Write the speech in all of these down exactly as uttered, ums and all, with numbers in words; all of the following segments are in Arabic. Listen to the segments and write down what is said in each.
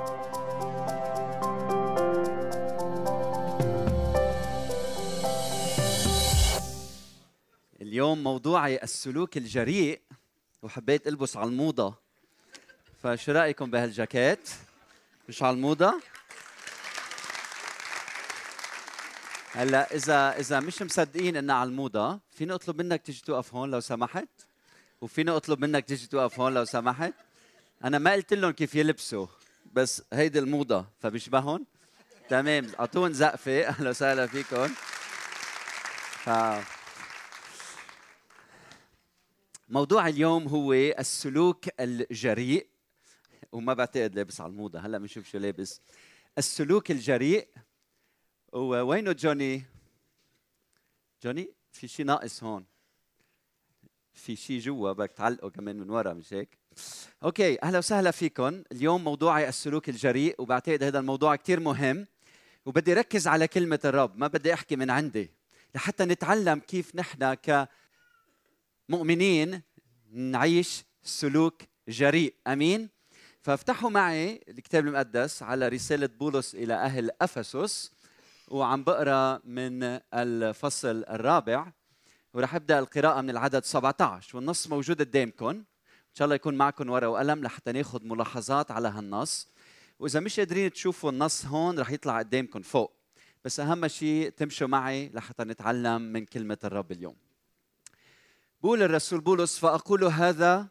اليوم موضوعي السلوك الجريء، وحبيت البس على الموضة، فشو رأيكم بهالجاكيت؟ مش على الموضة؟ هلا إذا إذا مش مصدقين إنها على الموضة، فيني أطلب منك تيجي توقف هون لو سمحت؟ وفيني أطلب منك تيجي توقف هون لو سمحت؟ أنا ما قلت لهم كيف يلبسوا، بس هيدي الموضة فبيشبههم؟ تمام، أعطون زقفة، أهلا وسهلا فيكم. ف... موضوع اليوم هو السلوك الجريء، وما بعتقد لابس على الموضة، هلا بنشوف شو لابس. السلوك الجريء. ووينه جوني؟ جوني في شيء ناقص هون، في شيء جوا بدك تعلقه كمان من ورا، مش هيك؟ اوكي، اهلا وسهلا فيكم. اليوم موضوعي السلوك الجريء، وبعتقد هذا الموضوع كثير مهم، وبدي ركز على كلمة الرب، ما بدي احكي من عندي، لحتى نتعلم كيف نحن كمؤمنين نعيش سلوك جريء. امين. فافتحوا معي الكتاب المقدس على رسالة بولس إلى أهل أفسس، وعم بقرأ من الفصل الرابع، ورح أبدأ القراءة من العدد سبعة عشر، والنص موجود قدامكم، إن شاء الله يكون معكم ورقة وقلم لحتى ناخذ ملاحظات على هالنص، وإذا مش قادرين تشوفوا النص هون رح يطلع قدامكم فوق، بس أهم شيء تمشوا معي لحتى نتعلم من كلمة الرب اليوم. بقول الرسول بولس: فأقول هذا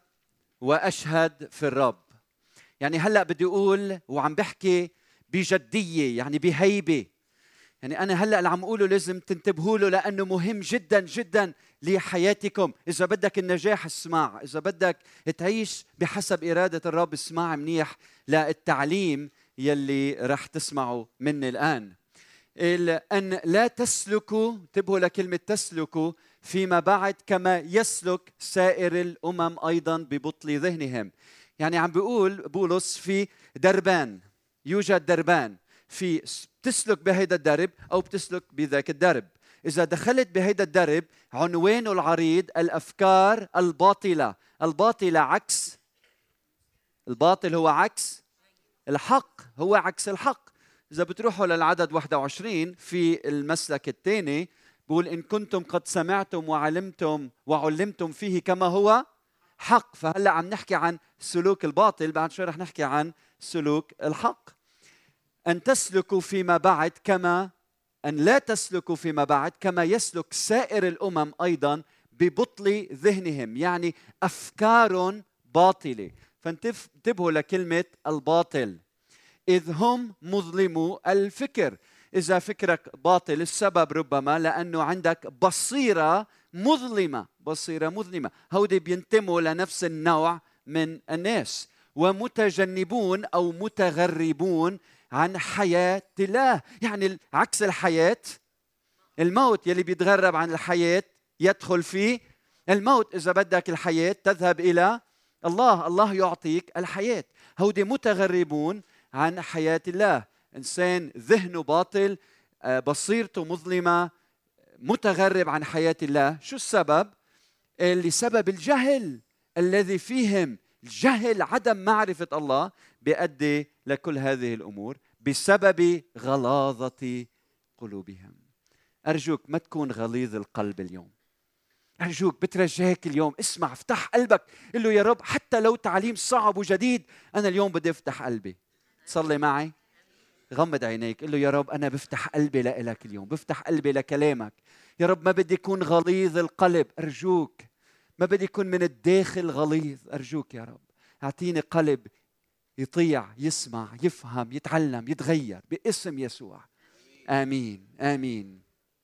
وأشهد في الرب. يعني هلأ بدي أقول وعم بحكي بجدية، يعني بهيبة، يعني أنا هلأ اللي عم أقوله لازم تنتبهوا له، لأنه مهم جدا جدا لحياتكم. إذا بدك النجاح اسمع، إذا بدك تعيش بحسب إرادة الرب اسمع منيح للتعليم يلي رح تسمعوا مني الآن. أن لا تسلكوا، انتبهوا لكلمة تسلكوا، فيما بعد كما يسلك سائر الأمم أيضا ببطل ذهنهم. يعني عم بيقول بولس في دربان، يوجد دربان، في بتسلك بهيدا الدرب أو بتسلك بذاك الدرب. إذا دخلت بهيدا الدرب عنوانه العريض الأفكار الباطلة. الباطلة عكس الباطل، هو عكس الحق، هو عكس الحق. إذا بتروحوا للعدد واحد وعشرين في المسلك الثاني بقول: إن كنتم قد سمعتم وعلمتم وعلمتم فيه كما هو حق. فهلا عم نحكي عن سلوك الباطل، بعد شوي رح نحكي عن سلوك الحق. أن تسلكوا فيما بعد كما أن لا تسلكوا فيما بعد كما يسلك سائر الأمم أيضا ببطل ذهنهم، يعني أفكار باطلة. فانتبهوا لكلمة الباطل. إذ هم مظلمو الفكر. إذا فكرك باطل السبب ربما لأنه عندك بصيرة مظلمة، بصيرة مظلمة. هودي بينتموا لنفس النوع من الناس. ومتجنبون أو متغربون عن حياة الله، يعني عكس الحياة الموت. يلي بيتغرب عن الحياة يدخل فيه الموت. إذا بدك الحياة تذهب إلى الله، الله يعطيك الحياة. هودي متغربون عن حياة الله. إنسان ذهنه باطل، بصيرته مظلمة، متغرب عن حياة الله. شو السبب؟ لسبب الجهل الذي فيهم. الجهل، عدم معرفة الله بيؤدي لكل هذه الأمور بسبب غلاظة قلوبهم. أرجوك ما تكون غليظ القلب اليوم، أرجوك بترجاك اليوم اسمع، افتح قلبك، قل له: يا رب حتى لو تعليم صعب وجديد أنا اليوم بدي افتح قلبي. صلي معي، غمض عينيك، قل له: يا رب أنا بفتح قلبي لإلك اليوم، بفتح قلبي لكلامك. يا رب ما بدي يكون غليظ القلب، أرجوك ما بدي يكون من الداخل غليظ، أرجوك يا رب أعطيني قلب يطيع، يسمع، يفهم، يتعلم، يتغير باسم يسوع. آمين آمين.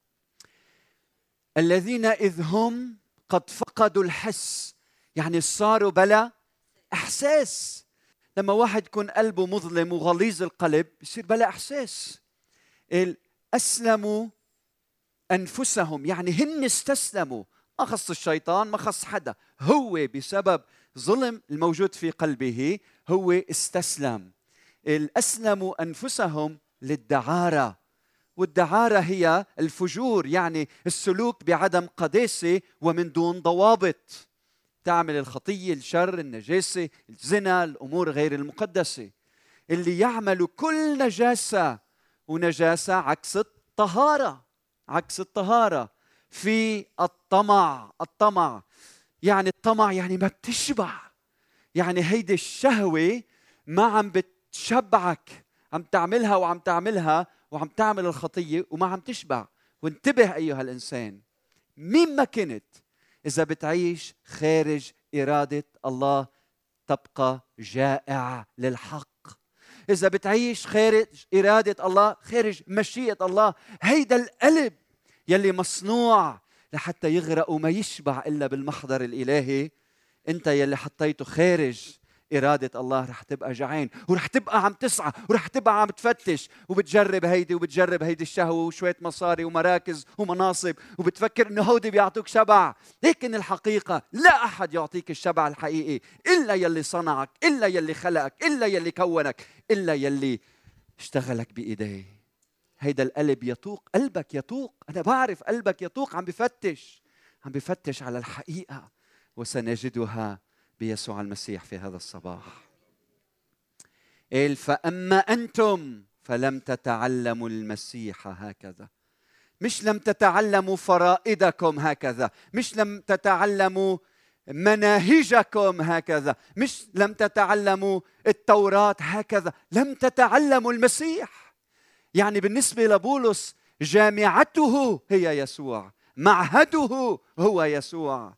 الذين إذ هم قد فقدوا الحس، يعني صاروا بلا إحساس. لما واحد يكون قلبه مظلم وغليظ القلب يصير بلا إحساس. أسلموا أنفسهم، يعني هن استسلموا، ما خص الشيطان، ما خص حدا، هو بسبب ظلم الموجود في قلبه هو استسلم. أسلموا أنفسهم للدعارة، والدعارة هي الفجور، يعني السلوك بعدم قداسة ومن دون ضوابط. تعمل الخطية، الشر، النجاسة، الزنا، الأمور غير المقدسة. اللي يعمل كل نجاسة، ونجاسة عكس الطهارة، عكس الطهارة. في الطمع، الطمع يعني الطمع يعني ما بتشبع، يعني هيدي الشهوة ما عم بتشبعك، عم تعملها وعم تعملها وعم تعمل الخطية وما عم تشبع. وانتبه أيها الإنسان، مين ما كنت، إذا بتعيش خارج إرادة الله تبقى جائع للحق. إذا بتعيش خارج إرادة الله، خارج مشيئة الله، هيدا القلب يلي مصنوع لحتى يغرق وما يشبع إلا بالمحضر الإلهي، أنت يلي حطيته خارج إرادة الله رح تبقى جعان، ورح تبقى عم تسعى، ورح تبقى عم تفتش وبتجرب هيدي وبتجرب هيدي الشهوة وشوية مصاري ومراكز ومناصب، وبتفكر إنه هودي بيعطوك شبع. لكن الحقيقة لا أحد يعطيك الشبع الحقيقي إلا يلي صنعك، إلا يلي خلقك، إلا يلي كونك، إلا يلي اشتغلك بإيديه. هيدا القلب يطوق، قلبك يطوق، أنا بعرف قلبك يطوق، عم بفتش، عم بفتش على الحقيقة، وسنجدها بيسوع المسيح في هذا الصباح. قال فأما أنتم فلم تتعلموا المسيح هكذا، مش لم تتعلموا فرائدكم هكذا، مش لم تتعلموا مناهجكم هكذا، مش لم تتعلموا التوراة هكذا، لم تتعلموا المسيح. يعني بالنسبة لبولس جامعته هي يسوع، معهده هو يسوع،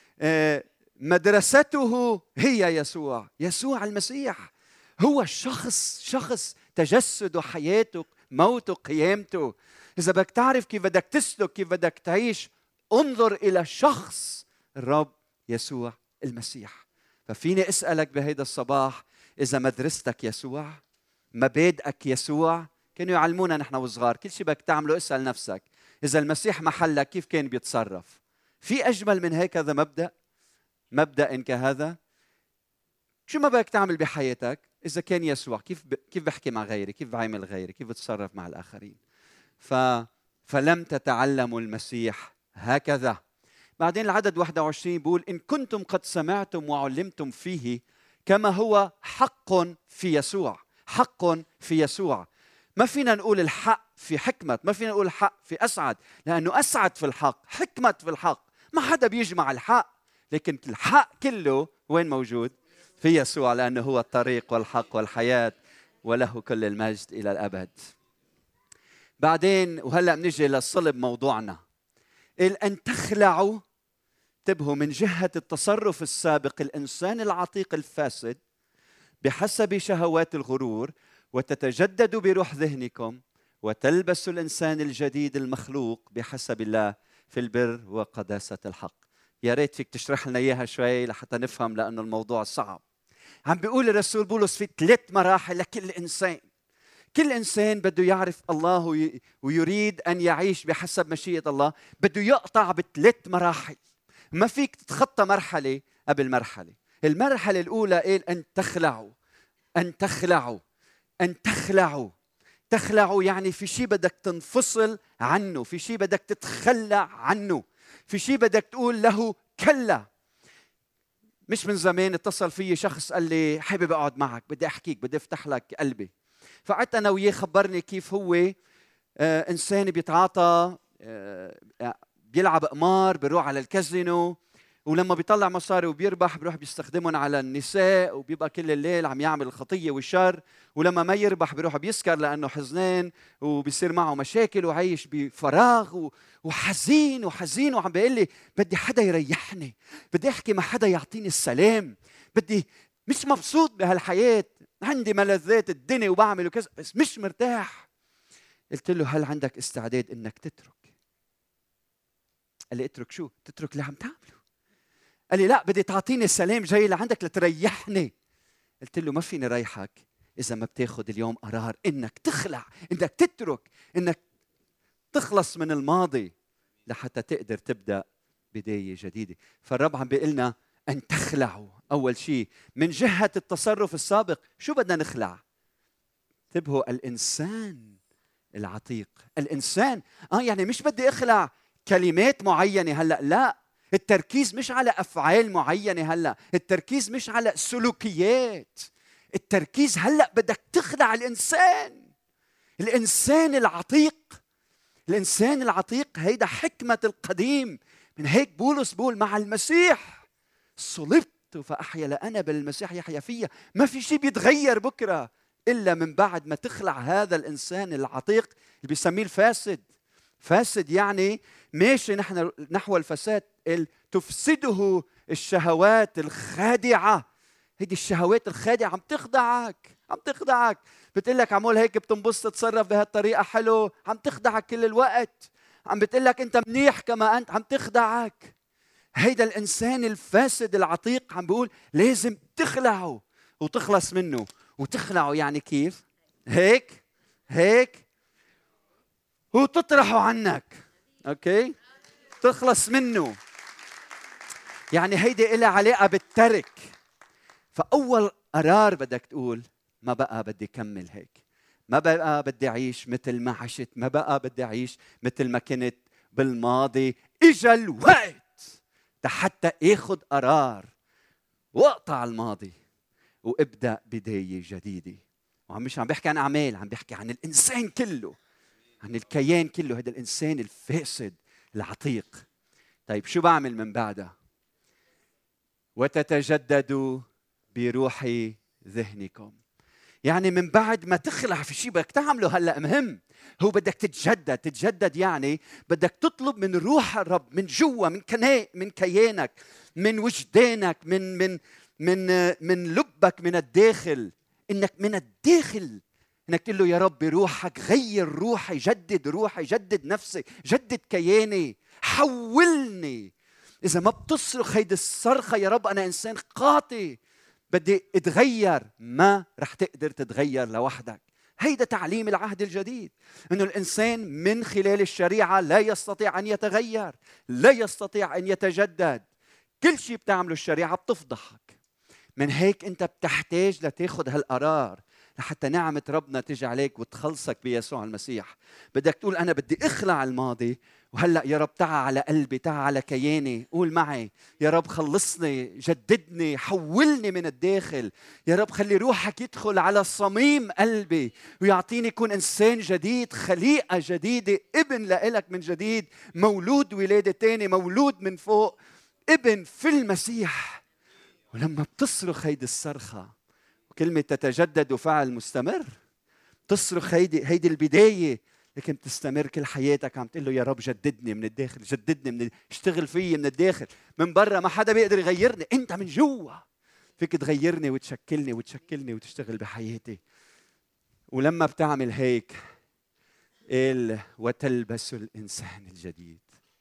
مدرسته هي يسوع، يسوع المسيح هو الشخص، شخص تجسده، حياته، موته، قيامته. إذا بدك تعرف كيف بدك تسلك، كيف بدك تعيش، انظر إلى شخص الرب يسوع المسيح. ففيني أسألك بهيدا الصباح، إذا مدرستك يسوع، مبادئك يسوع. كانوا يعلمونا نحن وصغار كل شيء بدك تعمله اسأل نفسك إذا المسيح محلك كيف كان بيتصرف. في أجمل من هيك هذا مبدأ؟ مبدأ إن كهذا شو ما بدك تعمل بحياتك إذا كان يسوع، كيف ب... كيف بحكي مع غيري، كيف بعامل غيري، كيف بتصرف مع الآخرين. ف... فلم تتعلموا المسيح هكذا. بعدين العدد واحد وعشرين بيقول إن كنتم قد سمعتم وعلمتم فيه كما هو حق في يسوع. حق في يسوع. ما فينا نقول الحق في حكمة، ما فينا نقول الحق في أسعد، لأنه أسعد في الحق، حكمة في الحق. ما حدا بيجمع الحق، لكن الحق كله وين موجود؟ في يسوع، لأنه هو الطريق والحق والحياة، وله كل المجد إلى الأبد. بعدين وهلأ بنجي للصلب موضوعنا. أن تخلعوا، انتبهوا، من جهة التصرف السابق الإنسان العتيق الفاسد بحسب شهوات الغرور، وتتجددوا بروح ذهنكم، وتلبسوا الإنسان الجديد المخلوق بحسب الله في البر وقداسة الحق. يا ريت فيك تشرح لنا إياها شوي لحتى نفهم، لأن الموضوع صعب. عم بيقول الرسول بولس في ثلاث مراحل لكل إنسان. كل إنسان بده يعرف الله ويريد أن يعيش بحسب مشيئة الله، بده يقطع بثلاث مراحل. ما فيك تتخطى مرحلة قبل مرحلة. المرحلة الأولى قال أن تخلعوا، أن تخلعوا، أن تخلعوا. تخلعوا يعني في شيء بدك تنفصل عنه، في شيء بدك تتخلى عنه، في شيء بدك تقول له كلا. مش من زمان اتصل في شخص قال لي حابب أقعد معك، بدي أحكيك، بدي أفتح لك قلبي. فقعدت أنا وياه، خبرني كيف هو آه إنسان بيتعاطى، آه بيلعب قمار، بيروح على الكازينو، ولما بيطلع مصاري وبيربح بيروح بيستخدمهم على النساء، وبيبقى كل الليل عم يعمل الخطية والشر. ولما ما يربح بيروح بيسكر لأنه حزنان وبيصير معه مشاكل وعايش بفراغ وحزين وحزين. وعم بيقول لي بدي حدا يريحني، بدي أحكي مع حدا يعطيني السلام، بدي، مش مبسوط بهالحياة، عندي ملذات الدنيا وبعمل وكذا بس مش مرتاح. قلت له هل عندك استعداد إنك تترك؟ قال لي اترك شو؟ تترك اللي عم تعمله. قال لي لا، بدي تعطيني السلام جاي لعندك لتريحني. قلت له ما فيني ريحك إذا ما بتاخد اليوم قرار إنك تخلع، إنك تترك، إنك تخلص من الماضي لحتى تقدر تبدأ بداية جديدة. فالرب عم بيقلنا أن تخلعوا. أول شيء من جهة التصرف السابق، شو بدنا نخلع؟ انتبهوا، الإنسان العتيق، الإنسان آه يعني مش بدي أخلع كلمات معينة هلأ، لا، التركيز مش على أفعال معينة هلأ، التركيز مش على سلوكيات، التركيز هلأ بدك تخدع الإنسان، الإنسان العتيق. الإنسان العتيق هيدا حكمة القديم. من هيك بولس بقول مع المسيح صلبت فأحيا لأنا بل المسيح يحيا فيا. ما في شيء بيتغير بكرة إلا من بعد ما تخلع هذا الإنسان العتيق اللي بيسميه الفاسد. فاسد يعني ماشي نحن نحو الفساد، تفسده الشهوات الخادعة. هيدي الشهوات الخادعة عم تخدعك، عم تخدعك، بتقول لك عمول هيك بتنبسط تتصرف بهالطريقة حلو، عم تخدعك كل الوقت. عم بتقول لك أنت منيح كما أنت، عم تخدعك. هيدا الإنسان الفاسد العتيق عم بيقول لازم تخلعه وتخلص منه. وتخلعه يعني كيف؟ هيك هيك وتطرحه عنك. أوكي؟ تخلص منه. يعني هيدي إلها علاقة بالترك. فأول قرار بدك تقول ما بقى بدي كمل هيك، ما بقى بدي أعيش مثل ما عشت، ما بقى بدي أعيش مثل ما كنت بالماضي. إجا الوقت حتى اخذ قرار واقطع الماضي وابدأ بداية جديدة. وعم مش عم بحكي عن أعمال، عم بحكي عن الإنسان كله، عن الكيان كله، هذا الإنسان الفاسد العتيق. طيب شو بعمل من بعدها؟ وتتجددوا بروح ذهنكم. يعني من بعد ما تخلع في شيء بدك تعمله هلأ مهم، هو بدك تتجدد. تتجدد يعني بدك تطلب من روح الرب من جوا، من كنا من كيانك، من وجدانك، من من من من لبك، من الداخل، انك من الداخل انك تقول له يا رب روحك غير روحي، جدد روحي، جدد نفسي، جدد كياني، حولني. اذا ما بتصرخ هيدي الصرخه يا رب انا انسان قاطي بدي اتغير، ما رح تقدر تتغير لوحدك. هيدا تعليم العهد الجديد، انه الانسان من خلال الشريعه لا يستطيع ان يتغير، لا يستطيع ان يتجدد. كل شيء بتعمله الشريعه بتفضحك. من هيك انت بتحتاج لتاخذ هالقرار لحتى نعمة ربنا تجي عليك وتخلصك بيسوع المسيح. بدك تقول أنا بدي أخلع الماضي، وهلأ يا رب تعا على قلبي، تعا على كياني. قول معي يا رب خلصني، جددني، حولني من الداخل. يا رب خلي روحك يدخل على صميم قلبي ويعطيني كون إنسان جديد، خليقة جديدة، ابن لإلك من جديد، مولود ولادة تاني، مولود من فوق، ابن في المسيح. ولما بتصرخ هيدي الصرخة، كلمة تتجدد وفعل مستمر، تصرخ هيدي هيدي البداية، لكن تستمر كل حياتك عم تقول له يا رب جددني من الداخل، جددني من اشتغل فيي من الداخل. من برا ما حدا بيقدر يغيرني، انت من جوا فيك تغيرني وتشكلني وتشكلني وتشتغل بحياتي. ولما بتعمل هيك قال وتلبس الإنسان الجديد.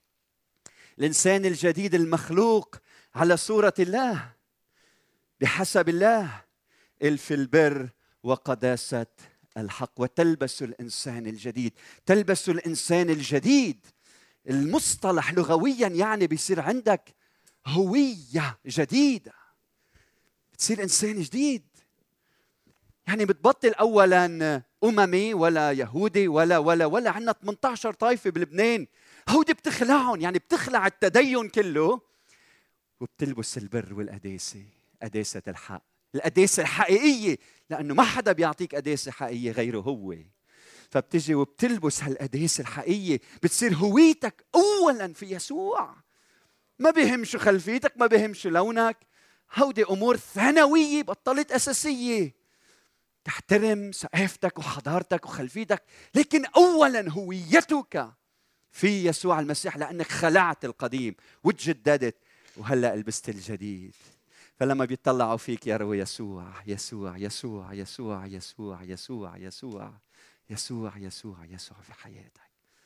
الإنسان الجديد المخلوق على صورة الله بحسب الله، في البر وقداسة الحق. وتلبس الإنسان الجديد. تلبس الإنسان الجديد المصطلح لغويا يعني بيصير عندك هوية جديدة، بتصير إنسان جديد. يعني بتبطل أولا أممي ولا يهودي ولا ولا ولا عندنا ثمانية عشر طائفة بلبنان، هودي بتخلعهم. يعني بتخلع التدين كله وبتلبس البر والقداسة، قداسة الحق، القداسة الحقيقية، لأنه ما حدا بيعطيك قداسة حقيقية غيره هو. فبتجي وبتلبس هالقداسة الحقيقية، بتصير هويتك أولاً في يسوع. ما بيهم شو خلفيتك، ما بيهم شو لونك، هودي أمور ثانوية بطلت أساسية. تحترم ثقافتك وحضارتك وخلفيتك، لكن أولاً هويتك في يسوع المسيح، لأنك خلعت القديم وتجددت وهلأ لبست الجديد. فلما بيطلعوا فيك يروا يسوع يسوع يسوع يسوع يسوع يسوع يسوع يسوع يسوع يسوع في حياتك.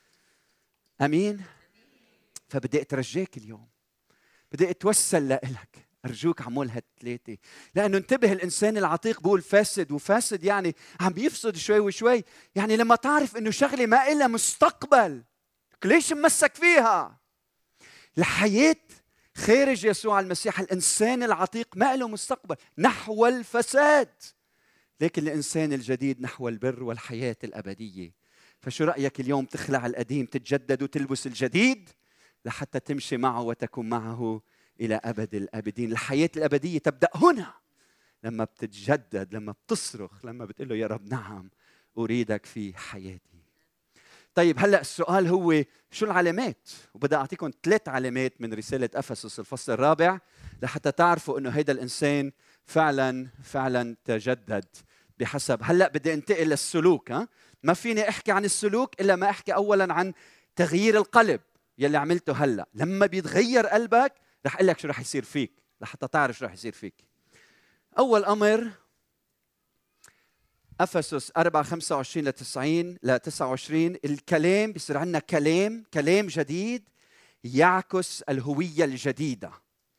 امين. فبدي اترجاك اليوم، بدي اتوسل لك، ارجوك عمول هالثلاثه، لانه انتبه الانسان العتيق بقول فاسد، وفاسد يعني عم بيفسد شوي وشوي. يعني لما تعرف انه شغله ما إلها مستقبل ليش ممسك فيها؟ الحياه خارج يسوع المسيح، الإنسان العتيق ما له مستقبل، نحو الفساد، لكن الإنسان الجديد نحو البر والحياة الأبدية. فشو رأيك اليوم تخلع القديم، تتجدد وتلبس الجديد لحتى تمشي معه وتكون معه إلى أبد الآبدين. الحياة الأبدية تبدأ هنا لما بتتجدد، لما بتصرخ، لما بتقول له يا رب نعم أريدك في حياتي. طيب هلأ السؤال هو شو العلامات؟ وبدي أعطيكم ثلاث علامات من رسالة أفسس الفصل الرابع لحتى تعرفوا إنه هيدا الإنسان فعلا فعلا تجدد بحسب. هلأ بدي أنتقل للسلوك. ها؟ ما فيني أحكي عن السلوك إلا ما أحكي أولا عن تغيير القلب يلي عملته هلأ. لما بيتغير قلبك رح أقول لك شو رح يصير فيك لحتى تعرف شو رح يصير فيك. أول أمر أفسس أربعة خمسة وعشرين لتسعين لتسعة وعشرين، الكلام بيصير عندنا كلام كلام جديد يعكس الهوية الجديدة.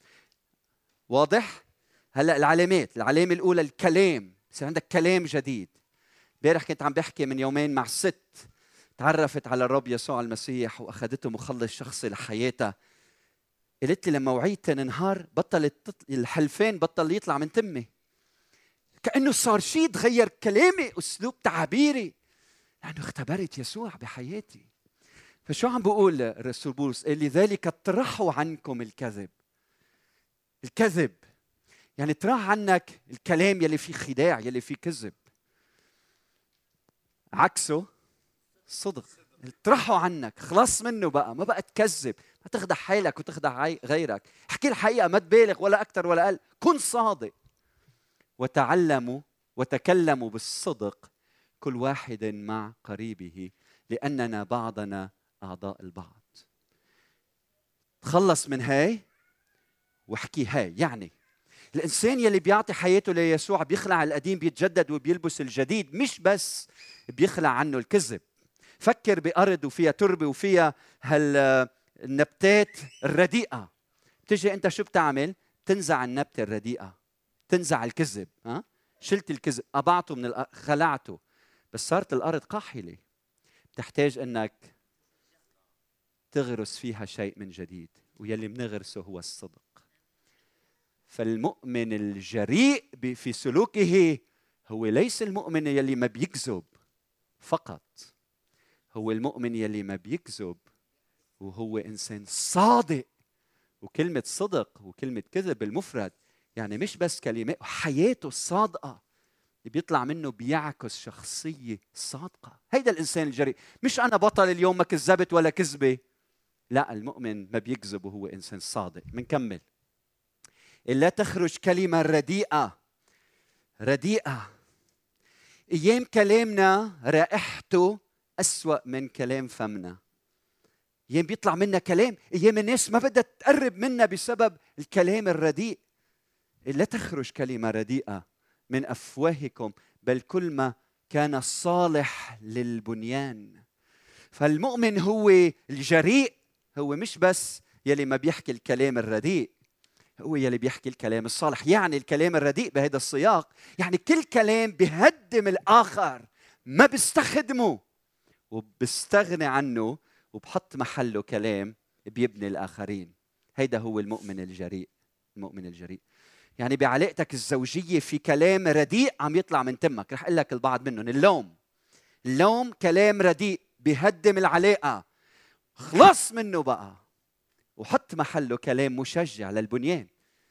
واضح؟ هلا العلامات، العلامة الأولى الكلام، بيصير عندك كلام جديد. امبارح كنت عم بحكي من يومين مع ست تعرفت على الرب يسوع المسيح وأخذته مخلص شخصي لحياتها. قالت لي لما وعيت ثاني نهار بطلت الحلفان بطل يطلع من تمي، كأنه صار شيء تغير كلامي، أسلوب تعبيري، لأنه اختبرت يسوع بحياتي. فشو عم بقول الرسول بولس؟ قال لذلك اطرحوا عنكم الكذب. الكذب يعني اطرح عنك الكلام يلي فيه خداع، يلي فيه كذب. عكسه صدق. اطرحوا عنك، خلص منه بقى، ما بقى تكذب، ما تخدع حالك وتخدع غيرك. احكي الحقيقة، ما تبالغ ولا أكثر ولا أقل، كن صادق. وتعلموا وتكلموا بالصدق كل واحد مع قريبه لأننا بعضنا أعضاء البعض. تخلص من هاي واحكي هاي. يعني الإنسان يلي بيعطي حياته ليسوع بيخلع القديم بيتجدد وبيلبس الجديد، مش بس بيخلع عنه الكذب. فكر بأرض وفيها تربة وفيها هالنبتات الرديئة، بتجي أنت شو بتعمل؟ تنزع النبتة الرديئة، تنزع الكذب. ها؟ شلت الكذب، أبعته من الأرض، خلعته، بس صارت الأرض قاحلة، بتحتاج أنك تغرس فيها شيء من جديد، ويلي بنغرسه هو الصدق. فالمؤمن الجريء في سلوكه هو ليس المؤمن يلي ما بيكذب فقط، هو المؤمن يلي ما بيكذب وهو إنسان صادق. وكلمة صدق وكلمة كذب المفرد يعني مش بس كلمات، حياته الصادقة اللي بيطلع منه بيعكس شخصية صادقة. هيدا الإنسان الجريء. مش أنا بطل اليوم ما كذبت ولا كذبة، لا، المؤمن ما بيكذب وهو إنسان صادق. منكمل. إلا تخرج كلمة رديئة. رديئة. أيام كلامنا رائحته أسوأ من كلام فمنا. أيام بيطلع منا كلام، أيام الناس ما بدها تقرب منا بسبب الكلام الرديء. لا تخرج كلمة رديئة من أفواهكم بل كل ما كان صالح للبنيان. فالمؤمن هو الجريء، هو مش بس يلي ما بيحكي الكلام الرديء، هو يلي بيحكي الكلام الصالح. يعني الكلام الرديء بهذا السياق يعني كل كلام بيهدم الآخر، ما بيستخدمه وبيستغني عنه وبحط محله كلام بيبني الآخرين. هيدا هو المؤمن الجريء. المؤمن الجريء يعني بعلاقتك الزوجية في كلام رديء عم يطلع من تمك. رح أقول لك البعض منهم. اللوم. اللوم كلام رديء بيهدم العلاقة، خلص منه بقى وحط محله كلام مشجع للبنيان.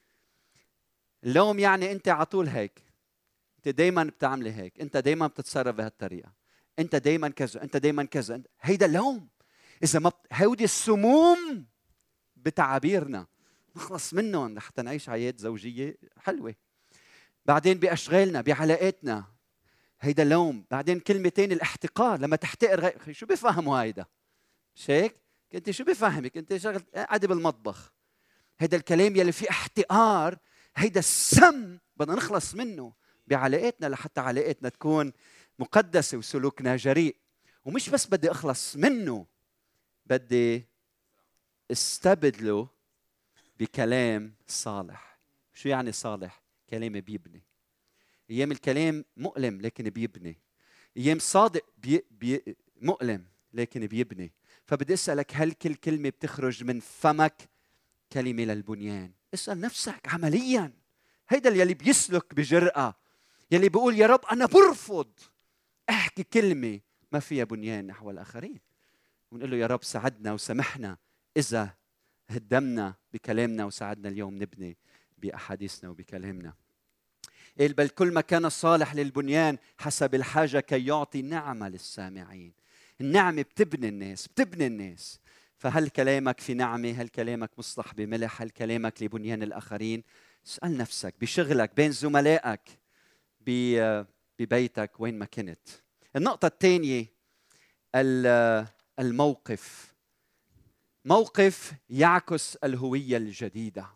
اللوم يعني أنت على طول هيك، أنت دايما بتعملي هيك، أنت دايما بتتصرف بهالطريقة، أنت دايما كذا، أنت دايما كذا. هيدا اللوم. إذا ما هودي السموم بتعابيرنا نخلص منهم لحتى نعيش حياة زوجية حلوة. بعدين بأشغالنا بعلاقاتنا هيدا اللوم. بعدين كلمتين الاحتقار، لما تحتقر غير. شو بيفهموا هيدا؟ مش هيك؟ انت شو بيفهمك؟ انت شغل قاعده بالمطبخ. هيدا الكلام يلي فيه احتقار، هيدا السم بدنا نخلص منه بعلاقاتنا لحتى علاقاتنا تكون مقدسه وسلوكنا جريء. ومش بس بدي اخلص منه، بدي استبدله بكلام صالح. شو يعني صالح؟ كلام بيبني. ايام الكلام مؤلم لكن بيبني، ايام صادق بي بي مؤلم لكن بيبني. فبدي اسالك، هل كل كلمه بتخرج من فمك كلمه للبنيان؟ اسال نفسك عمليا. هيدا يلي بيسلك بجرأة، يلي بيقول يا رب انا برفض احكي كلمه ما فيها بنيان نحو الاخرين، ونقول له يا رب ساعدنا وسامحنا اذا هدمنا بكلامنا، وساعدنا اليوم نبني باحاديثنا وبكلامنا. قال بل كل ما كان صالح للبنيان حسب الحاجة كي يعطي نعمة للسامعين. النعمة بتبني الناس، بتبني الناس. فهل كلامك في نعمة؟ هل كلامك مصلح بملح؟ هل كلامك لبنيان الآخرين؟ اسأل نفسك بشغلك، بين زملائك، ببيتك، وين ما كنت. النقطة الثانية الموقف. موقف يعكس الهوية الجديدة.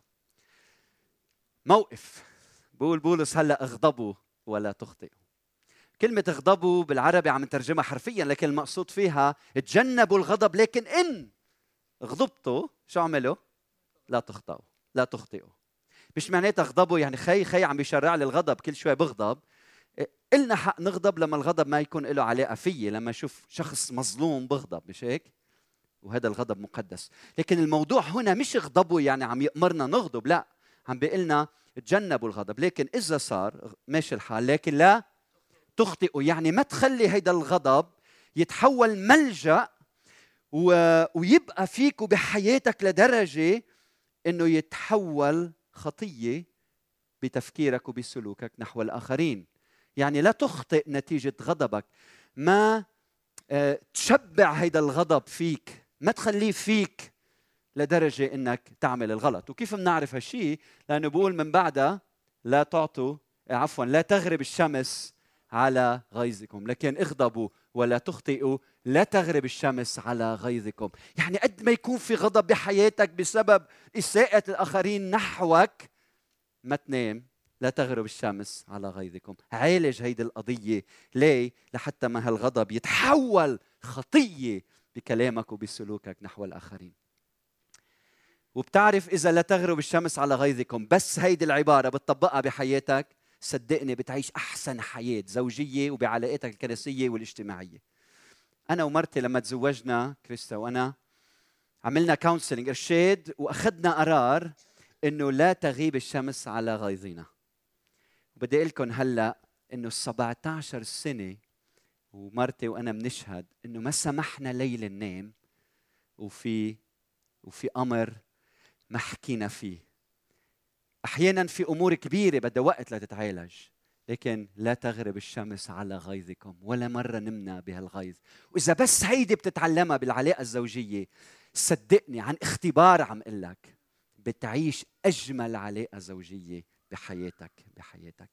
موقف. بقول بولس هلا اغضبوا ولا تخطئوا. كلمة اغضبوا بالعربي عم نترجمها حرفيا، لكن المقصود فيها تجنبوا الغضب، لكن إن غضبتوا شو عملوا؟ لا تخطئوا، لا تخطئوا. مش معناتها اغضبوا يعني خي خي عم بيشرع لي الغضب، كل شوي بغضب. إلنا حق نغضب لما الغضب ما يكون له علاقة فيي، لما أشوف شخص مظلوم بغضب، مش هيك؟ وهذا الغضب مقدس. لكن الموضوع هنا مش اغضبوا يعني عم يأمرنا نغضب، لا، عم بيقلنا تجنبوا الغضب، لكن إذا صار ماشي الحال لكن لا تخطئوا. يعني ما تخلي هيدا الغضب يتحول ملجأ ويبقى فيك وبحياتك لدرجة إنه يتحول خطية بتفكيرك وبسلوكك نحو الآخرين. يعني لا تخطئ نتيجة غضبك، ما تشبع هيدا الغضب فيك، ما تخليه فيك لدرجة إنك تعمل الغلط. وكيف بنعرف هالشيء؟ لأنه بقول من بعدها لا تعطوا عفوا لا تغرب الشمس على غيظكم، لكن اغضبوا ولا تخطئوا، لا تغرب الشمس على غيظكم. يعني قد ما يكون في غضب بحياتك بسبب إساءة الآخرين نحوك، ما تنام، لا تغرب الشمس على غيظكم. عالج هيدي القضية. ليه؟ لحتى ما هالغضب يتحول خطية بكلامك وبسلوكك نحو الآخرين. وبتعرف إذا لا تغرب الشمس على غيظكم بس هيدي العبارة بتطبقها بحياتك، صدقني بتعيش أحسن حياة زوجية وبعلاقاتك الكنسية والاجتماعية. أنا ومرتي لما تزوجنا كريستا وأنا عملنا كونسلنج إرشاد، وأخذنا قرار إنه لا تغيب الشمس على غيظنا. وبدي أقول لكم هلا إنه سبعة عشر سنة ومرتي وأنا بنشهد إنه ما سمحنا ليل ننام وفي وفي أمر ما حكينا فيه. أحياناً في أمور كبيرة بدها وقت لتتعالج، لكن لا تغرب الشمس على غيظكم. ولا مرة نمنا بهالغيظ. وإذا بس هيدي بتتعلمها بالعلاقة الزوجية، صدقني عن اختبار عم قل لك بتعيش أجمل علاقة زوجية بحياتك بحياتك.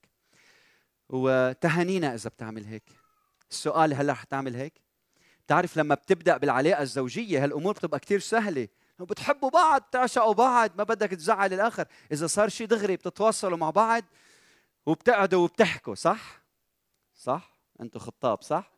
وتهانينا إذا بتعمل هيك. السؤال هلا رح تعمل هيك؟ بتعرف لما بتبدأ بالعلاقة الزوجية هالأمور بتبقى كتير سهلة، بتحبوا بعض، تعشقوا بعض، ما بدك تزعل الآخر. إذا صار شيء دغري بتتواصلوا مع بعض وبتقعدوا وبتحكوا. صح؟ صح؟ أنتوا خطاب صح؟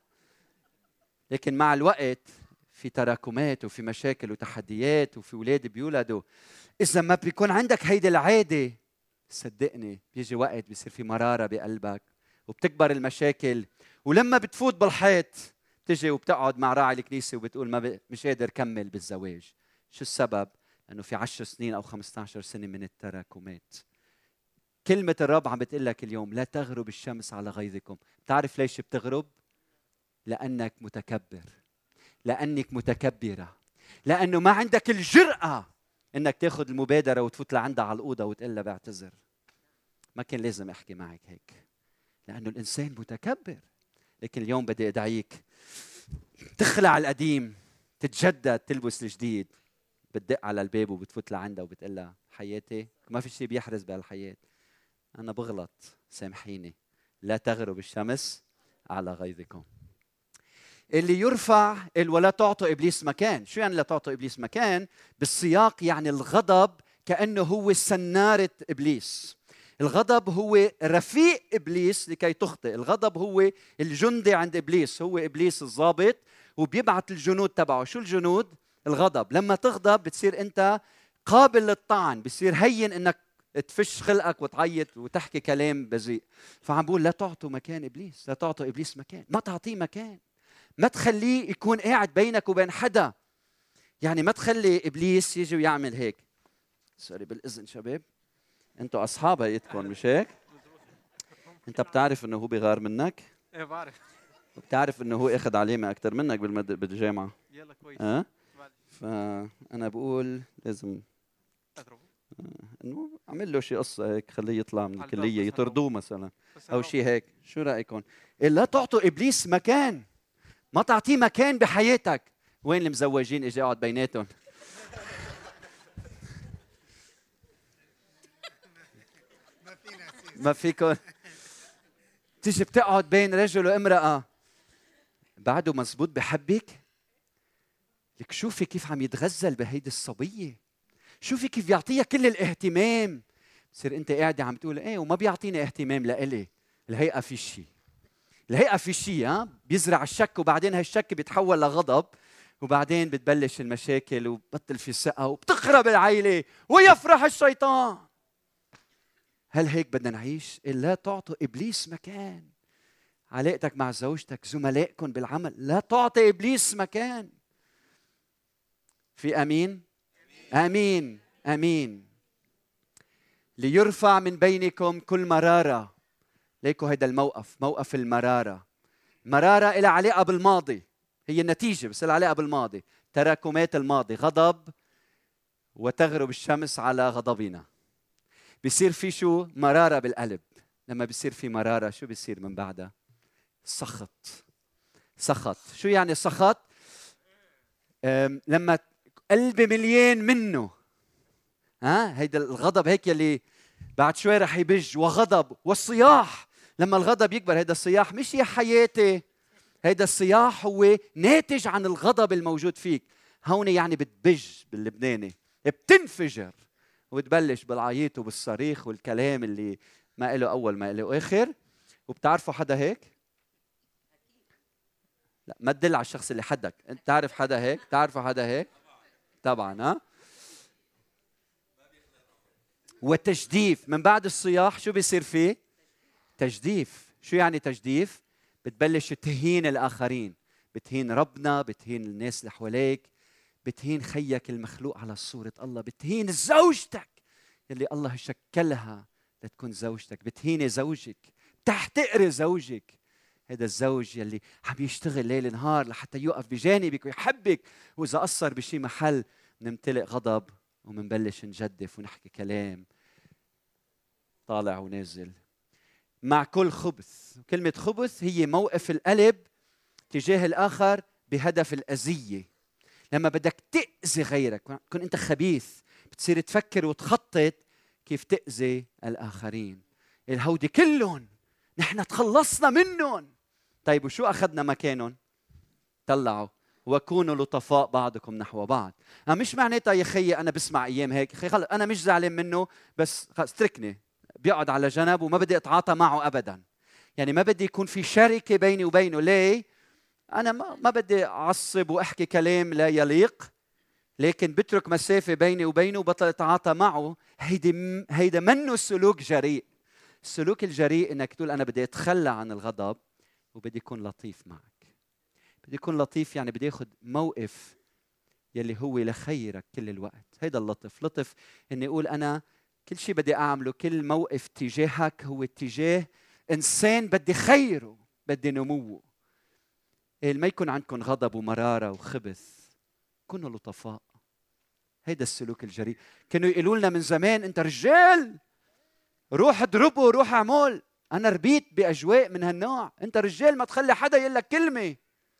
لكن مع الوقت في تراكمات وفي مشاكل وتحديات وفي أولاد بيولدوا. إذا ما بيكون عندك هيدي العادة، صدقني بيجي وقت بيصير في مرارة بقلبك وبتكبر المشاكل. ولما بتفوت بالحيط بتجي وبتقعد مع راعي الكنيسة وبتقول ما ب... مش قادر كمل بالزواج. شو السبب؟ لأنه في عشر سنين أو خمسة عشر سنة من التراكمات. كلمة الرب عم بتقول لك اليوم لا تغرب الشمس على غيظكم. بتعرف ليش بتغرب؟ لأنك متكبر، لأنك متكبرة، لأنه ما عندك الجرأة إنك تاخذ المبادرة وتفوت لعندها على الأوضة وتقول لها بعتذر. ما كان لازم أحكي معك هيك، لأنه الإنسان متكبر. لكن اليوم بدي أدعيك تخلع القديم، تتجدد، تلبس الجديد. بتدق على الباب وبتفوت لعندها وبتقول لها حياتي ما في شيء بيحرز بهالحياة، أنا بغلط، سامحيني. لا تغرب الشمس على غيظكم. اللي يرفع ولا تعطوا إبليس مكان. شو يعني لا تعطوا إبليس مكان؟ بالسياق يعني الغضب كأنه هو سنارة إبليس. الغضب هو رفيق إبليس لكي تخطئ. الغضب هو الجندي عند إبليس، هو إبليس الضابط وبيبعث الجنود تبعه. شو الجنود؟ الغضب. لما تغضب بتصير أنت قابل للطعن، بتصير هين إنك تفش خلقك وتعيط وتحكي كلام بذيء. فعم بقول لا تعطوا مكان إبليس، لا تعطوا إبليس مكان، ما تعطيه مكان، ما تخليه يكون قاعد بينك وبين حدا. يعني ما تخلي إبليس يجي ويعمل هيك. سوري بالإذن شباب، أنتوا أصحاب هيئتكم مش هيك؟ أنت بتعرف إنه هو بيغار منك؟ إيه بعرف. وبتعرف إنه هو أخذ علامة أكتر منك بالمد... بالجامعة. يلا كويس. أه؟ فأنا بقول لازم أضربه. انه اعمل له شي قصه هيك، خليه يطلع من الكليه، بس يطردوه مثلا بس او هلو. شيء هيك. شو رايكم؟ لا تعطوا ابليس مكان، ما تعطيه مكان بحياتك. وين المزوجين اجي اقعد بيناتهم؟ ما فيكم تيجي بتقعد بين رجل وامرأة بعده مزبوط بحبك؟ لك شوفي كيف عم يتغزل بهيدي الصبية، شوفي كيف يعطيها كل الاهتمام. بتصير انت قاعدة عم تقول ايه وما بيعطيني اهتمام لإلي. الهيئة في شيء، الهيئة في شيء ها بيزرع الشك، وبعدين هالشك بيتحول لغضب، وبعدين بتبلش المشاكل وبطل في ثقة وبتخرب العيلة ويفرح الشيطان. هل هيك بدنا نعيش؟ لا تعطوا إبليس مكان. علاقتك مع زوجتك، زملائكم بالعمل، لا تعطي إبليس مكان. في أمين؟ أمين أمين. ليرفع من بينكم كل مرارة. ليكوا هيدا الموقف، موقف المرارة. مرارة إلى علاقة بالماضي، هي النتيجة بس إلى علاقة بالماضي. تراكمات الماضي، غضب وتغرب الشمس على غضبنا. بيصير في شو؟ مرارة بالقلب. لما بيصير في مرارة شو بيصير من بعدها؟ سخط. سخط. شو يعني سخط؟ لما قلبي مليان منه، ها هيدا الغضب هيك يلي بعد شوي رح يبج. وغضب والصياح، لما الغضب يكبر، هيدا الصياح مش يا حياتي، هيدا الصياح هو ناتج عن الغضب الموجود فيك. هون يعني بتبج باللبناني، بتنفجر وتبلش بالعيط وبالصريخ والكلام اللي ما له اول ما له اخر. وبتعرفوا حدا هيك؟ لا ما تدل على الشخص اللي حدك، انت تعرف حدا هيك؟ تعرفوا حدا هيك؟ طبعا. ها وتجديف من بعد الصياح شو بيصير فيه؟ تجديف. شو يعني تجديف؟ بتبلش تهين الآخرين، بتهين ربنا، بتهين الناس اللي حواليك، بتهين خيك المخلوق على صورة الله، بتهين زوجتك اللي الله شكلها لتكون زوجتك، بتهيني زوجك، بتحتقري زوجك. هذا الزوج يلي عم يشتغل ليل نهار لحتى يوقف بجانبك ويحبك، وإذا قصر بشي محل نمتلئ غضب ومنبلش نجدف ونحكي كلام طالع ونازل. مع كل خبث. كلمة خبث هي موقف القلب تجاه الآخر بهدف الأذية. لما بدك تأذي غيرك، كن أنت خبيث، بتصير تفكر وتخطط كيف تأذي الآخرين. الهودي كلهم نحن تخلصنا منهم. طيب وشو أخذنا مكانهم؟ طلعوا وكونوا لطفاء بعضكم نحو بعض. أنا مش معناتها يا خيي أنا بسمع أيام هيك، خي خلص أنا مش زعلان منه بس خلص اتركني، بيقعد على جنب وما بدي أتعاطى معه أبدا. يعني ما بدي يكون في شركة بيني وبينه. ليه؟ أنا ما, ما بدي أعصب وأحكي كلام لا يليق، لكن بترك مسافة بيني وبينه وبطل أتعاطى معه. هيدي هيدا منه سلوك جريء. السلوك الجريء إنك تقول أنا بدي أتخلى عن الغضب وبدي أكون لطيف معك. بدي أكون لطيف يعني بدي أخذ موقف يلي هو لخيرك كل الوقت. هيدا اللطف. لطف إني أقول أنا كل شيء بدي أعمله، كل موقف تجاهك هو اتجاه إنسان بدي خيره، بدي نموه. ما يكون عندكم غضب ومرارة وخبث، كونوا لطفاء. هيدا السلوك الجريء. كانوا يقولوا لنا من زمان أنت رجال روح اضربه، روح اعمل. أنا ربيت بأجواء من هالنوع. أنت رجال ما تخلي حدا يقول لك كلمة.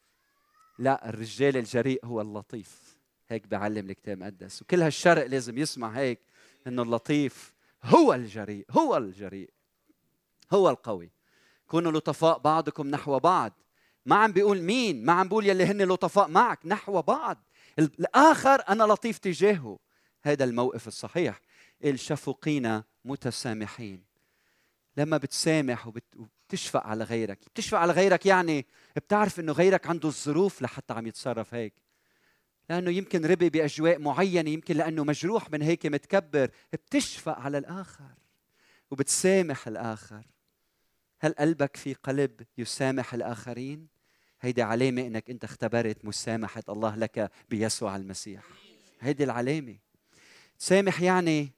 لا، الرجال الجريء هو اللطيف. هيك بعلم الكتاب المقدس، وكل هالشرق لازم يسمع هيك، إنه اللطيف هو الجريء، هو الجريء، هو القوي. كونوا لطفاء بعضكم نحو بعض. ما عم بيقول مين، ما عم بيقول يلي هن لطفاء معك، نحو بعض. الآخر أنا لطيف تجاهه. هذا الموقف الصحيح. الشفوقين متسامحين. لما بتسامح وبتشفق على غيرك، بتشفق على غيرك يعني بتعرف إنه غيرك عنده الظروف لحتى عم يتصرف هيك، لأنه يمكن ربي بأجواء معينة، يمكن لأنه مجروح من هيك متكبر. بتشفق على الآخر وبتسامح الآخر. هل قلبك في قلب يسامح الآخرين؟ هيدي علامة إنك أنت اختبرت مسامحة الله لك بيسوع المسيح. هيدي العلامة. تسامح يعني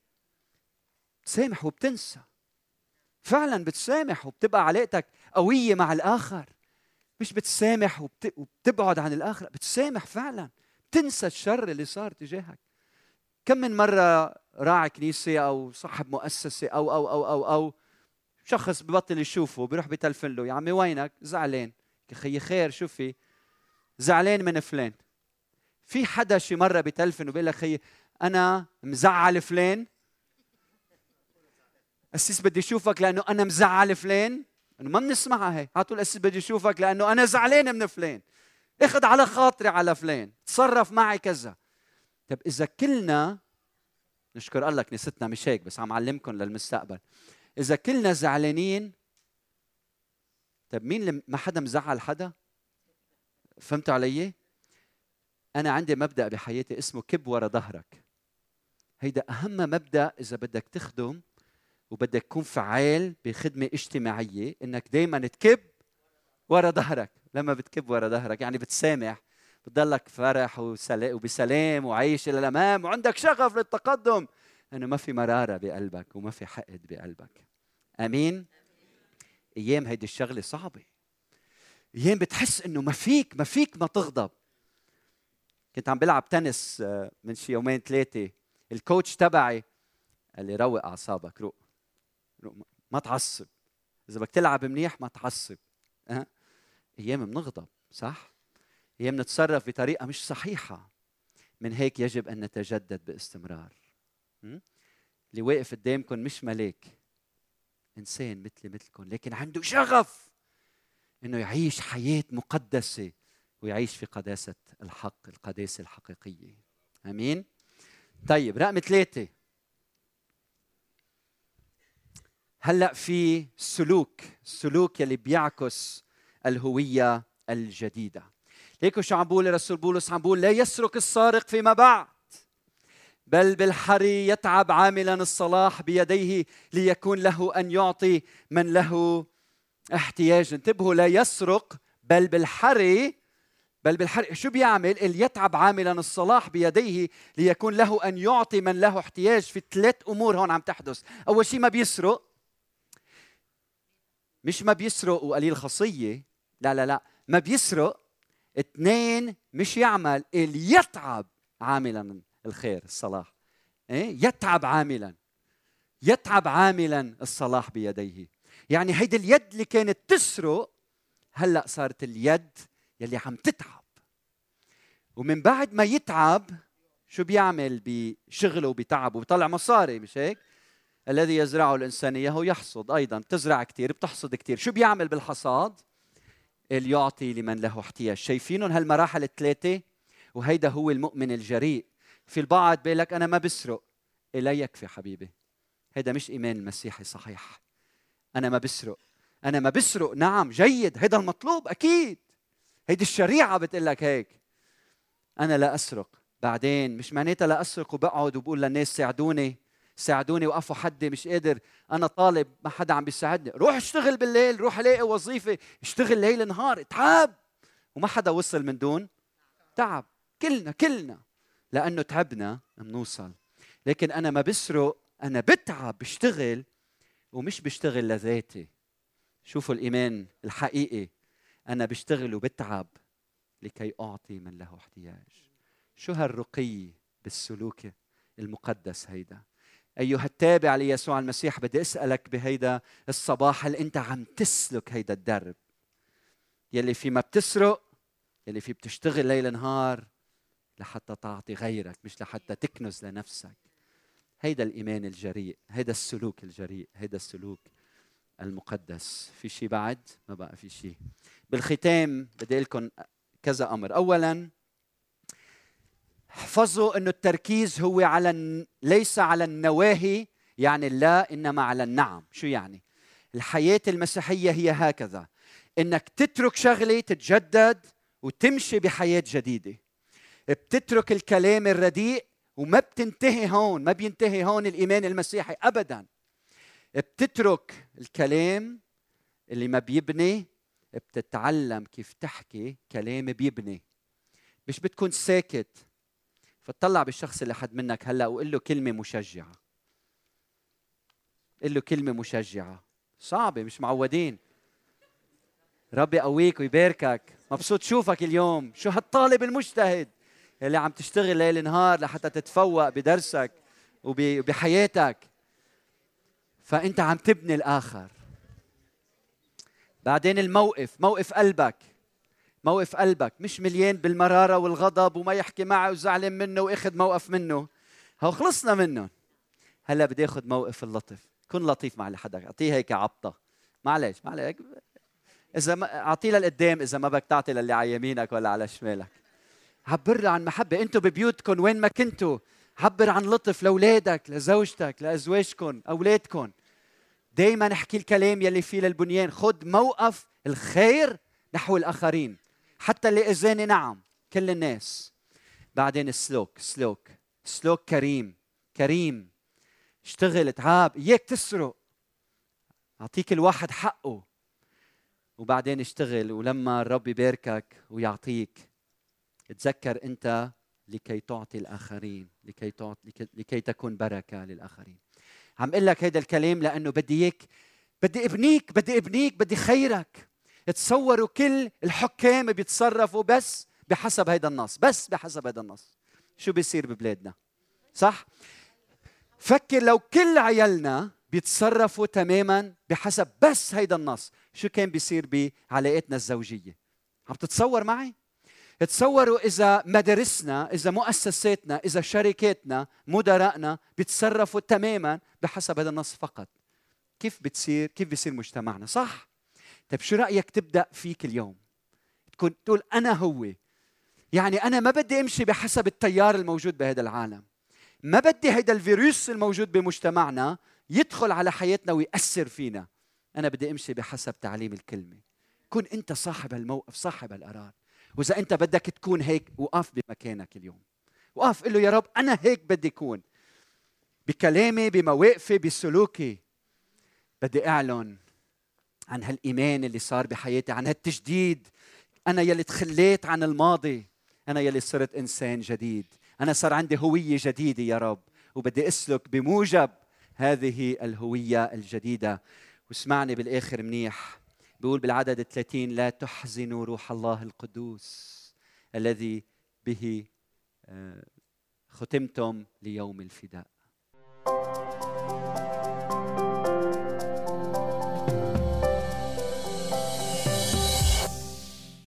تسامح وبتنسى. فعلا بتسامح وبتبقى علاقتك قوية مع الآخر. مش بتسامح وبت... وبتبعد عن الآخر، بتسامح فعلا، بتنسى الشر اللي صار تجاهك. كم من مرة راعي كنيسة أو صاحب مؤسسة أو أو أو أو أو شخص ببطل يشوفه، بيروح بيتلفن له: يا عمي وينك؟ زعلان. يا خيي خير، شو في؟ زعلان من فلان. في حدا شي مرة بيتلفن وبيقول لك: خيي أنا مزعل فلان، أسيس بدي أشوفك لأنه أنا مزعل فلان. إنه ما بنسمعها هي، على طول أسيس بدي أشوفك لأنه أنا زعلان من فلان، اخذ على خاطري على فلان، تصرف معي كذا. طب إذا كلنا، نشكر الله كنيستنا مش هيك، بس عم علمكم للمستقبل، إذا كلنا زعلانين، طب مين اللي ما حدا مزعل حدا؟ فهمتوا علي؟ أنا عندي مبدأ بحياتي اسمه كب ورا ظهرك. هيدا أهم مبدأ إذا بدك تخدم وبدك تكون فعال بخدمة اجتماعية، إنك دايما تكب ورا ظهرك. لما بتكب ورا ظهرك يعني بتسامح، بتضلك فرح وبسلام وعايش إلى الأمام وعندك شغف للتقدم، لأنه ما في مرارة بقلبك وما في حقد بقلبك. أمين؟ أيام هيدي الشغلة صعبة، أيام بتحس إنه ما فيك ما فيك ما تغضب. كنت عم بلعب تنس من شي يومين ثلاثة، الكوتش تبعي قال لي: روق أعصابك، روق روق، ما تعصب، إذا بدك تلعب منيح ما تعصب. أه؟ أيام بنغضب، صح؟ أيام نتصرف بطريقة مش صحيحة. من هيك يجب أن نتجدد باستمرار. م? اللي واقف قدامكم مش ملاك، إنسان مثلي مثلكم، لكن عنده شغف إنه يعيش حياة مقدسة ويعيش في قداسة الحق، القداسة الحقيقية. أمين؟ طيب، رقم ثلاثة، هلأ في سلوك، السلوك يلي بيعكس الهوية الجديدة. ليكو شو عم بقول الرسول بولس؟ عم بقول: لا يسرق السارق فيما بعد، بل بالحري يتعب عاملا الصلاح بيديه ليكون له أن يعطي من له احتياج. انتبهوا، لا يسرق بل بالحري، بل بالحري شو بيعمل؟ اللي يتعب عاملا الصلاح بيديه ليكون له أن يعطي من له احتياج. في ثلاث أمور هون عم تحدث. أول شيء ما بيسرق، مش ما بيسرق وقليل خصية، لا لا لا، ما بيسرق. اثنين، مش يعمل، اللي يتعب عاملا الخير الصلاح. إيه؟ يتعب عاملا، يتعب عاملا الصلاح بيديه. يعني هيدي اليد اللي كانت تسرق هلأ صارت اليد يلي عم تتعب. ومن بعد ما يتعب شو بيعمل بشغله وبتعبه؟ بيطلع مصاري، مش هيك؟ الذي يزرعه الإنسان إياه يحصد أيضا. بتزرع كتير بتحصد كتير. شو بيعمل بالحصاد؟ اللي يعطي لمن له احتياج. شايفينهم هالمراحل الثلاثة؟ وهيدا هو المؤمن الجريء. في البعض بيقول لك: أنا ما بسرق. لا يكفي حبيبي، هيدا مش إيمان المسيحي صحيح. أنا ما بسرق، أنا ما بسرق، نعم جيد، هيدا المطلوب أكيد، هيدي الشريعة بتقول لك هيك. أنا لا أسرق، بعدين مش معناتها لا أسرق وبقعد وبقول للناس: ساعدوني ساعدوني، وقفوا حدي مش قادر، أنا طالب ما حدا عم بيساعدني. روح اشتغل بالليل، روح لاقي وظيفة، اشتغل ليل نهار، اتعب. وما حدا وصل من دون تعب. كلنا كلنا لأنه تعبنا منوصل. لكن أنا ما بسرق، أنا بتعب، بشتغل، ومش بشتغل لذاتي. شوفوا الإيمان الحقيقي: أنا بشتغل وبتعب لكي أعطي من له احتياج. شو هالرقي بالسلوك المقدس هيدا؟ أيها التابع ليسوع المسيح، بدي أسألك بهيدا الصباح: هل أنت عم تسلك هيدا الدرب يلي فيه ما بتسرق، يلي فيه بتشتغل ليل نهار لحتى تعطي غيرك، مش لحتى تكنز لنفسك؟ هيدا الإيمان الجريء، هيدا السلوك الجريء، هيدا السلوك المقدس. في شيء بعد؟ ما بقى في شيء. بالختام بدي لكم كذا أمر. أولاً، احفظوا أنه التركيز هو على، ليس على النواهي يعني لا، إنما على النعم. شو يعني؟ الحياة المسيحية هي هكذا، إنك تترك شغلة، تتجدد وتمشي بحياة جديدة. بتترك الكلام الرديء وما بتنتهي هون، ما بينتهي هون الإيمان المسيحي أبداً. بتترك الكلام اللي ما بيبني، بتتعلم كيف تحكي كلام بيبني. مش بتكون ساكت فتطلع بالشخص اللي حد منك هلا وقل له كلمة مشجعة، قل له كلمة مشجعة. صعبة، مش معودين. ربي يقويك ويباركك، مبسوط شوفك اليوم. شو هالطالب المجتهد اللي عم تشتغل ليل نهار لحتى تتفوق بدرسك وبحياتك، فأنت عم تبني الآخر. بعدين الموقف، موقف قلبك، موقف قلبك مش مليان بالمرارة والغضب وما يحكي معه وزعلان منه وإخذ موقف منه، هو خلصنا منهم. هلا بدي اخذ موقف اللطف. كن لطيف مع اللي حدك، اعطيه هيك عبطه، معلش معلش، اذا ما اعطيه للقدام، اذا ما بدك تعطي للي على يمينك ولا على شمالك. عبر له عن محبه. انتم ببيوتكم وين ما كنتوا عبر عن لطف لاولادك، لزوجتك، لازواجكم، اولادكم. دائما احكي الكلام يلي فيه للبنيان. خذ موقف الخير نحو الاخرين، حتى اللي اذاني، نعم كل الناس. بعدين السلوك، سلوك سلوك كريم، كريم. اشتغل، تعاب، اياك تسرق، اعطيك الواحد حقه. وبعدين اشتغل، ولما الرب يباركك ويعطيك تذكر انت لكي تعطي الاخرين، لكي تعطي لكي, لكي تكون بركه للاخرين. عم اقول لك هذا الكلام لانه بدي اياك، بدي ابنيك، بدي ابنيك، بدي خيرك. تصوروا كل الحكام بيتصرفوا بس بحسب هذا النص، بس بحسب هذا النص. شو بيصير ببلادنا؟ صح؟ فكر لو كل عيالنا بيتصرفوا تماما بحسب بس هيدا النص، شو كان بيصير بعلاقاتنا الزوجية؟ عم تتصور معي؟ تصوروا إذا مدارسنا، إذا مؤسساتنا، إذا شركاتنا، مدراءنا بيتصرفوا تماما بحسب هذا النص فقط، كيف بتصير، كيف بيصير مجتمعنا؟ صح؟ طيب شو رأيك تبدأ فيك اليوم؟ تكون تقول أنا هو، يعني أنا ما بدي أمشي بحسب التيار الموجود بهذا العالم، ما بدي هيدا الفيروس الموجود بمجتمعنا يدخل على حياتنا ويأثر فينا. أنا بدي أمشي بحسب تعليم الكلمة. كن أنت صاحب الموقف، صاحب القرار. وإذا أنت بدك تكون هيك، وقف بمكانك اليوم، وقف قل له يا رب أنا هيك بدي أكون، بكلامي، بمواقفي، بسلوكي. بدي أعلن عن هالإيمان اللي صار بحياتي، عن هالتجديد. أنا يلي تخليت عن الماضي، أنا يلي صرت إنسان جديد. أنا صار عندي هوية جديدة يا رب، وبدي أسلك بموجب هذه الهوية الجديدة. واسمعني بالآخر منيح، بيقول بالعدد ثلاثين: لا تحزنوا روح الله القدوس الذي به ختمتم ليوم الفداء.